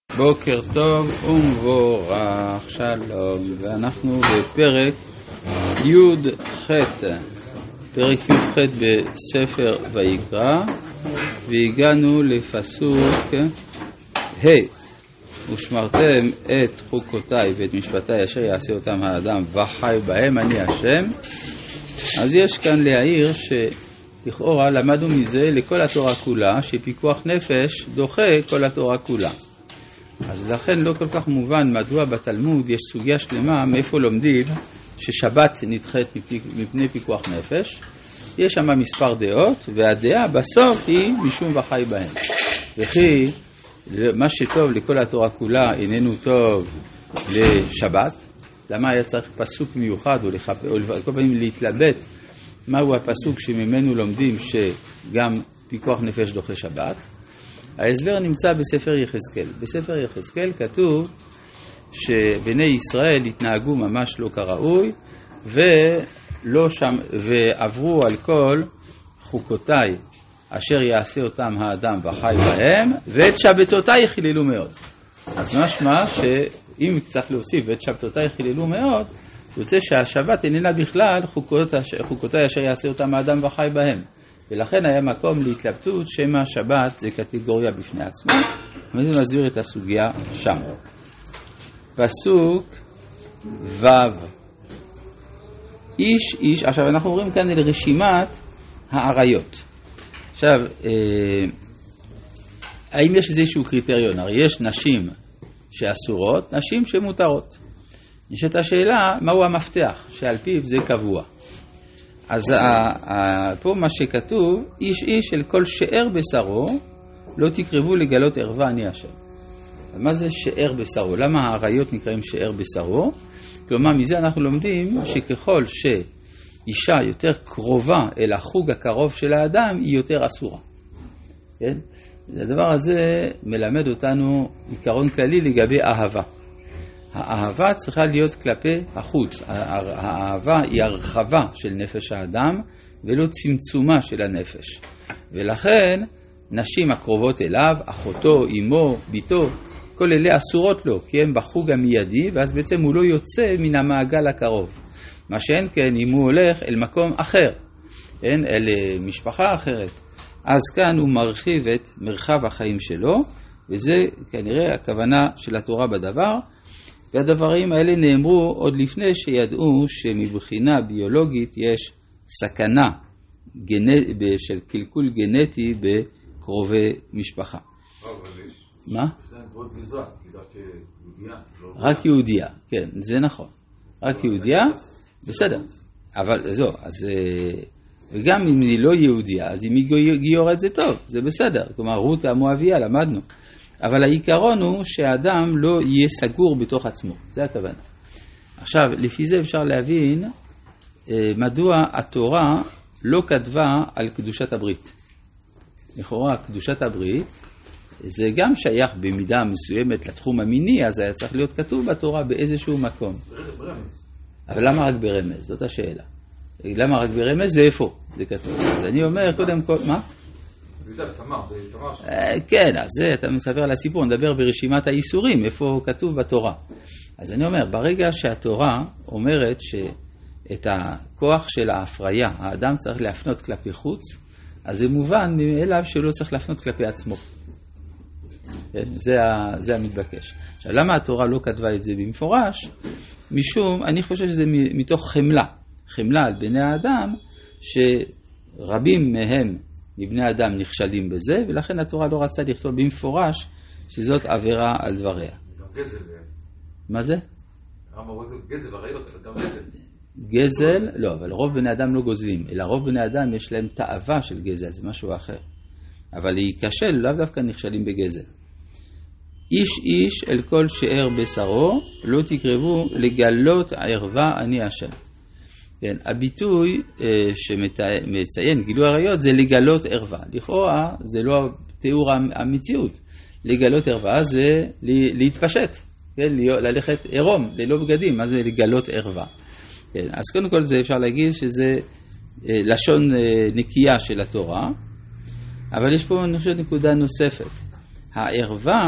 בוקר טוב ומבורך, שלום, ואנחנו בפרק י"ח, פרק י"ח בספר ויקרא, והגענו לפסוק ה' ושמרתם את חוקותיי ואת משפטיי אשר יעשה אותם האדם וחי בהם אני השם. אז יש כאן להעיר שלכאורה למדנו מזה לכל התורה כולה שפיקוח נפש דוחה כל התורה כולה. אז לכן לא כל כך מובן מדוע בתלמוד יש סוגיה שלמה מאיפה לומדים ששבת נדחית מפני פיקוח נפש. יש שם מספר דעות, והדעה בסוף היא משום וחי בהם. וכי מה שטוב לכל התורה כולה איננו טוב לשבת. למה היה צריך פסוק מיוחד או כל פעמים להתלבט מהו הפסוק שממנו לומדים שגם פיקוח נפש דוחה שבת? ההסבר נמצא בספר יחזקאל. בספר יחזקאל כתוב שבני ישראל התנהגו ממש לא כראוי ועברו על כל חוקותיי אשר יעשה אותם האדם וחי בהם, ואת שבתותיי חיללו מאוד. אז משמע שאם צריך להוסיף ואת שבתותיי חיללו מאוד, יוצא שהשבת איננה בכלל חוקותיי אשר יעשה אותם האדם וחי בהם. ולכן היה מקום להתלבטות שמה השבת זה קטגוריה בפני עצמה, וזה מסביר את הסוגיה שם. פסוק ו' איש, עכשיו אנחנו רואים כאן אל רשימת העריות. עכשיו, האם יש איזשהו קריטריון? הרי יש נשים שאסורות, נשים שמותרות. יש את השאלה, מהו המפתח שעל פיו זה קבוע? אז פה מה שכתוב, איש של כל שאר בשרו, לא תקרבו לגלות ערווה אני השם. מה זה שאר בשרו? למה העריות נקראים שאר בשרו? כלומר, מזה אנחנו לומדים שככל שאישה יותר קרובה אל החוג הקרוב של האדם, היא יותר אסורה. כן? הדבר הזה מלמד אותנו עיקרון כללי לגבי אהבה. האהבה צריכה להיות כלפי החוץ. האהבה היא הרחבה של נפש האדם ולא צמצומה של הנפש. ולכן נשים הקרובות אליו, אחותו, אמו, ביתו, כל אלה אסורות לו, כי הם בחוג המיידי, ואז בעצם הוא לא יוצא מן המעגל הקרוב. מה שאין כן אם הוא הולך אל מקום אחר, אל משפחה אחרת. אז כאן הוא מרחיב את מרחב החיים שלו, וזה כנראה הכוונה של התורה בדבר. והדברים האלה נאמרו עוד לפני שידעו שמבחינה ביולוגית יש סכנה של קלקול גנטי בקרובי משפחה. מה? רק יהודיה, כן, זה נכון. רק יהודיה, בסדר. אבל זו, אז וגם אם היא לא יהודיה, אז אם היא גיורת זה טוב, זה בסדר. כלומר, רות המואביה, למדנו. אבל העיקרון הוא שהאדם לא יהיה סגור בתוך עצמו, זה הכוונה. עכשיו, לפי זה אפשר להבין מדוע התורה לא כתבה על קדושת הברית. לכאורה, קדושת הברית זה גם שייך במידה מסוימת לתחום המיני, אז היה צריך להיות כתוב בתורה באיזשהו מקום. אבל למה רק ברמז? זאת השאלה. למה רק ברמז ואיפה זה כתוב? אז אני אומר קודם כל, מה? כן, אז זה אתה מספר על הסיפור, נדבר ברשימת האיסורים, איפה כתוב בתורה. אז אני אומר, ברגע שהתורה אומרת שאת הכוח של ההפריה, האדם צריך להפנות כלפי חוץ, אז זה מובן מאליו שלא צריך להפנות כלפי עצמו. זה המתבקש. עכשיו, למה התורה לא כתבה את זה במפורש? משום, אני חושב שזה מתוך חמלה על בני האדם, שרבים מהם מבני אדם נכשלים בזה, ולכן התורה לא רצה לכתוב במפורש שזאת עבירה על דבריה. גם גזל. מה זה? גזל, הרעיות, גם גזל. גזל, לא, אבל רוב בני אדם לא גוזלים, אלא רוב בני אדם יש להם תאווה של גזל, זה משהו אחר. אבל להיכשל, לאו דווקא נכשלים בגזל. איש אל כל שאר בשרו, לא תקרבו לגלות ערווה אני השם. כן, הביטוי שמציין גילוי עריות זה לגלות ערווה. לכאורה זה לא תיאור המציאות. לגלות ערווה זה להתפשט, כן, ללכת עירום, ללא בגדים. מה זה לגלות ערווה? כן, אז קודם כל זה אפשר להגיד שזה לשון נקייה של התורה, אבל יש פה אני חושב נקודה נוספת. הערווה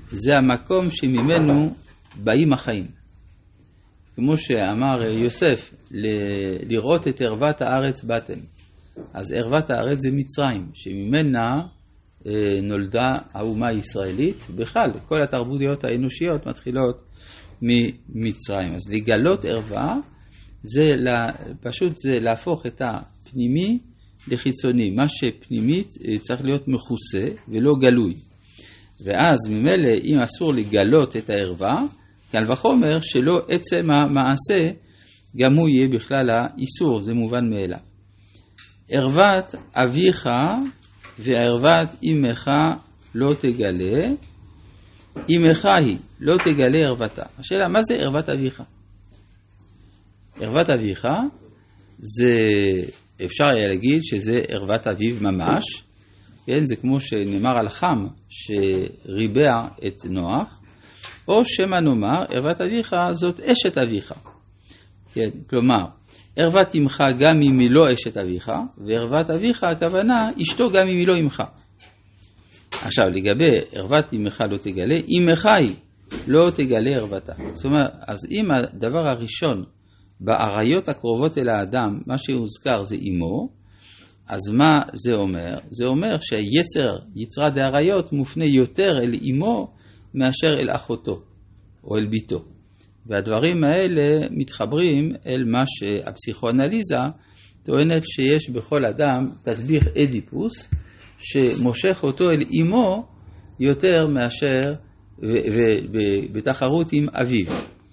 זה המקום שממנו באים החיים. כמו שאמר יוסף, לראות את ערוות הארץ באתם. אז ערוות הארץ זה מצרים, שממנה נולדה האומה הישראלית. בכלל, כל התרבותיות האנושיות מתחילות ממצרים. אז לגלות ערווה, פשוט זה להפוך את הפנימי לחיצוני. מה שפנימית צריך להיות מכוסה ולא גלוי. ואז ממילא אם אסור לגלות את הערווה, קל וחומר שלא עצם המעשה גם הוא יהיה בכלל האיסור, זה מובן מאליו. ערוות אביך וערוות אמך לא תגלה, אמך היא לא תגלה ערוותה. השאלה, מה זה ערוות אביך? ערוות אביך זה, אפשר היה להגיד שזה ערוות אביו ממש, כן? זה כמו שנאמר על חם שריבע את נוח, או שמה נאמר, ערוות אביך זאת אשת אביך. כן? כלומר, ערוות אמך גם אם היא לא אשת אביך, וערוות אביך הכוונה אשתו גם אם היא לא אמך. עכשיו, לגבי ערוות אמך לא תגלה, אמך היא לא תגלה ערוותה. זאת אומרת, אז אם הדבר הראשון בעריות הקרובות אל האדם, מה שהוזכר זה אמו, אז מה זה אומר? זה אומר יצרה דעריות מופנה יותר אל אמו מאשר אל אחותו או אל ביתו. והדברים האלה מתחברים אל מה שהפסיכואנליזה טוענת שיש בכל אדם תסביך אדיפוס שמושך אותו אל אמו יותר מאשר בתחרות עם אביו.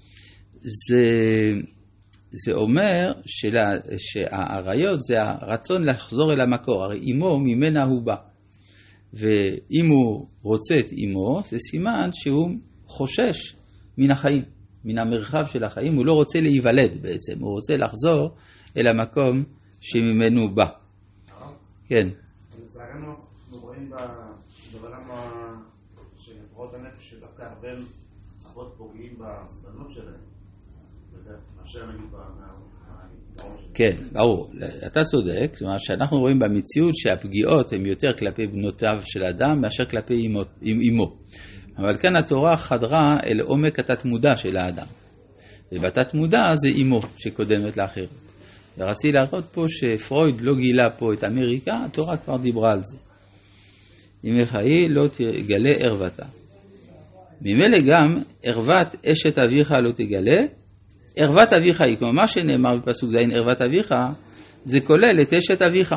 זה אומר שהעריות זה הרצון לחזור אל המקור, הרי אמו ממנה הוא בא. ואם הוא רוצה את אמו, זה סימן שהוא חושש מן החיים, מן המרחב של החיים, הוא לא רוצה להיוולד בעצם, הוא רוצה לחזור אל המקום שממנו בא. כן. לצערנו, אנחנו רואים בעולם של הפרעות הנפש שדווקא הרבה אבות פוגעים בסבלנות שלהם. כן, ברור. אתה צודק, זאת אומרת שאנחנו רואים במציאות שהפגיעות הן יותר כלפי בנותיו של האדם מאשר כלפי אמו. אבל כאן התורה חדרה אל עומק התת מודע של האדם. ובתת מודע זה אמו שקודמת לאחרת. ורציתי להראות פה שפרויד לא גילה פה את אמריקה, התורה כבר דיברה על זה. אמך היא לא תגלה ערוותה. ממילא גם ערוות אשת אביך לא תגלה, ערוות אביך היא, כמו מה שנאמר בפסוק זין, ערוות אביך, זה כולל את אשת אביך.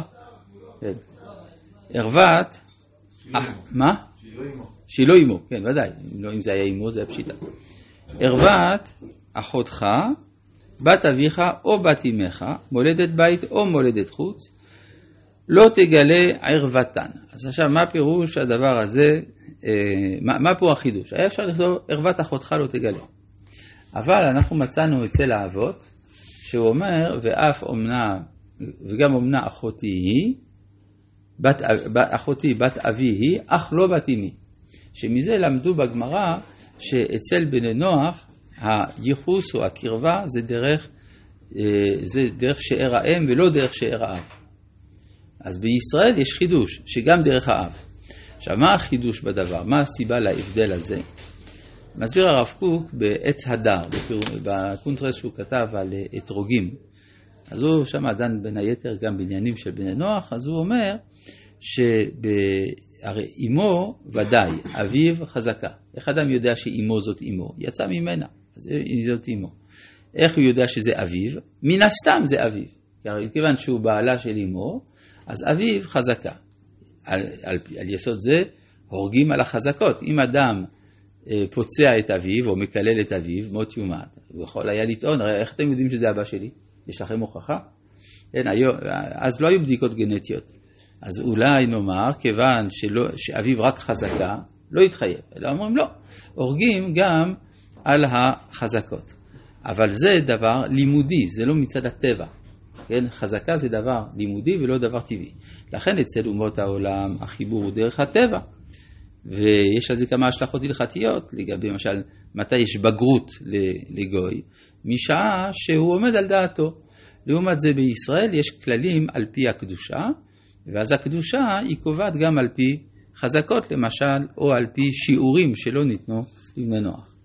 ערוות, מה? שהיא לא אמו, כן, ודאי, אם זה היה אמו זה היה פשיטה. ערוות אחותך, בת אביך או בת אמך, מולדת בית או מולדת חוץ, לא תגלה ערוותן. אז עכשיו, מה פירוש הדבר הזה, מה פה החידוש? היה אפשר לכתוב, ערוות אחותך לא תגלה. אבל אנחנו מצאנו אצל האבות, שהוא אומר, וגם אומנה אחותי היא, אחותי בת אבי היא, אך לא בת אמי. שמזה למדו בגמרא, שאצל בני נוח, הייחוס או הקרבה זה דרך שאר האם ולא דרך שאר האב. אז בישראל יש חידוש, שגם דרך האב. עכשיו, מה החידוש בדבר? מה הסיבה להבדל הזה? מסביר הרב קוק בעץ הדר, בקונטרס שהוא כתב על אתרוגים. אז הוא שם דן בין היתר גם בעניינים של בני נוח, אז הוא אומר הרי אמו ודאי, אביו חזקה. איך אדם יודע שאמו זאת אמו? יצא ממנה, אז זאת אמו. איך הוא יודע שזה אביו? מן הסתם זה אביו. כיוון שהוא בעלה של אמו, אז אביו חזקה. על יסוד זה הורגים על החזקות. אם אדם פוצע את אביו או מקלל את אביו, מות יומת. הוא יכול היה לטעון, הרי איך אתם יודעים שזה אבא שלי? יש לכם הוכחה? אז לא היו בדיקות גנטיות. אז אולי נאמר, כיוון שאביו רק חזקה, לא יתחייב. אלא אומרים לא, הורגים גם על החזקות. אבל זה דבר לימודי, זה לא מצד הטבע. כן? חזקה זה דבר לימודי ולא דבר טבעי. לכן אצל אומות העולם החיבור הוא דרך הטבע. ויש על זה כמה השלכות הלכתיות, לגבי למשל מתי יש בגרות לגוי, משעה שהוא עומד על דעתו. לעומת זה בישראל יש כללים על פי הקדושה, ואז הקדושה היא קובעת גם על פי חזקות למשל, או על פי שיעורים שלא ניתנו לבני נוח.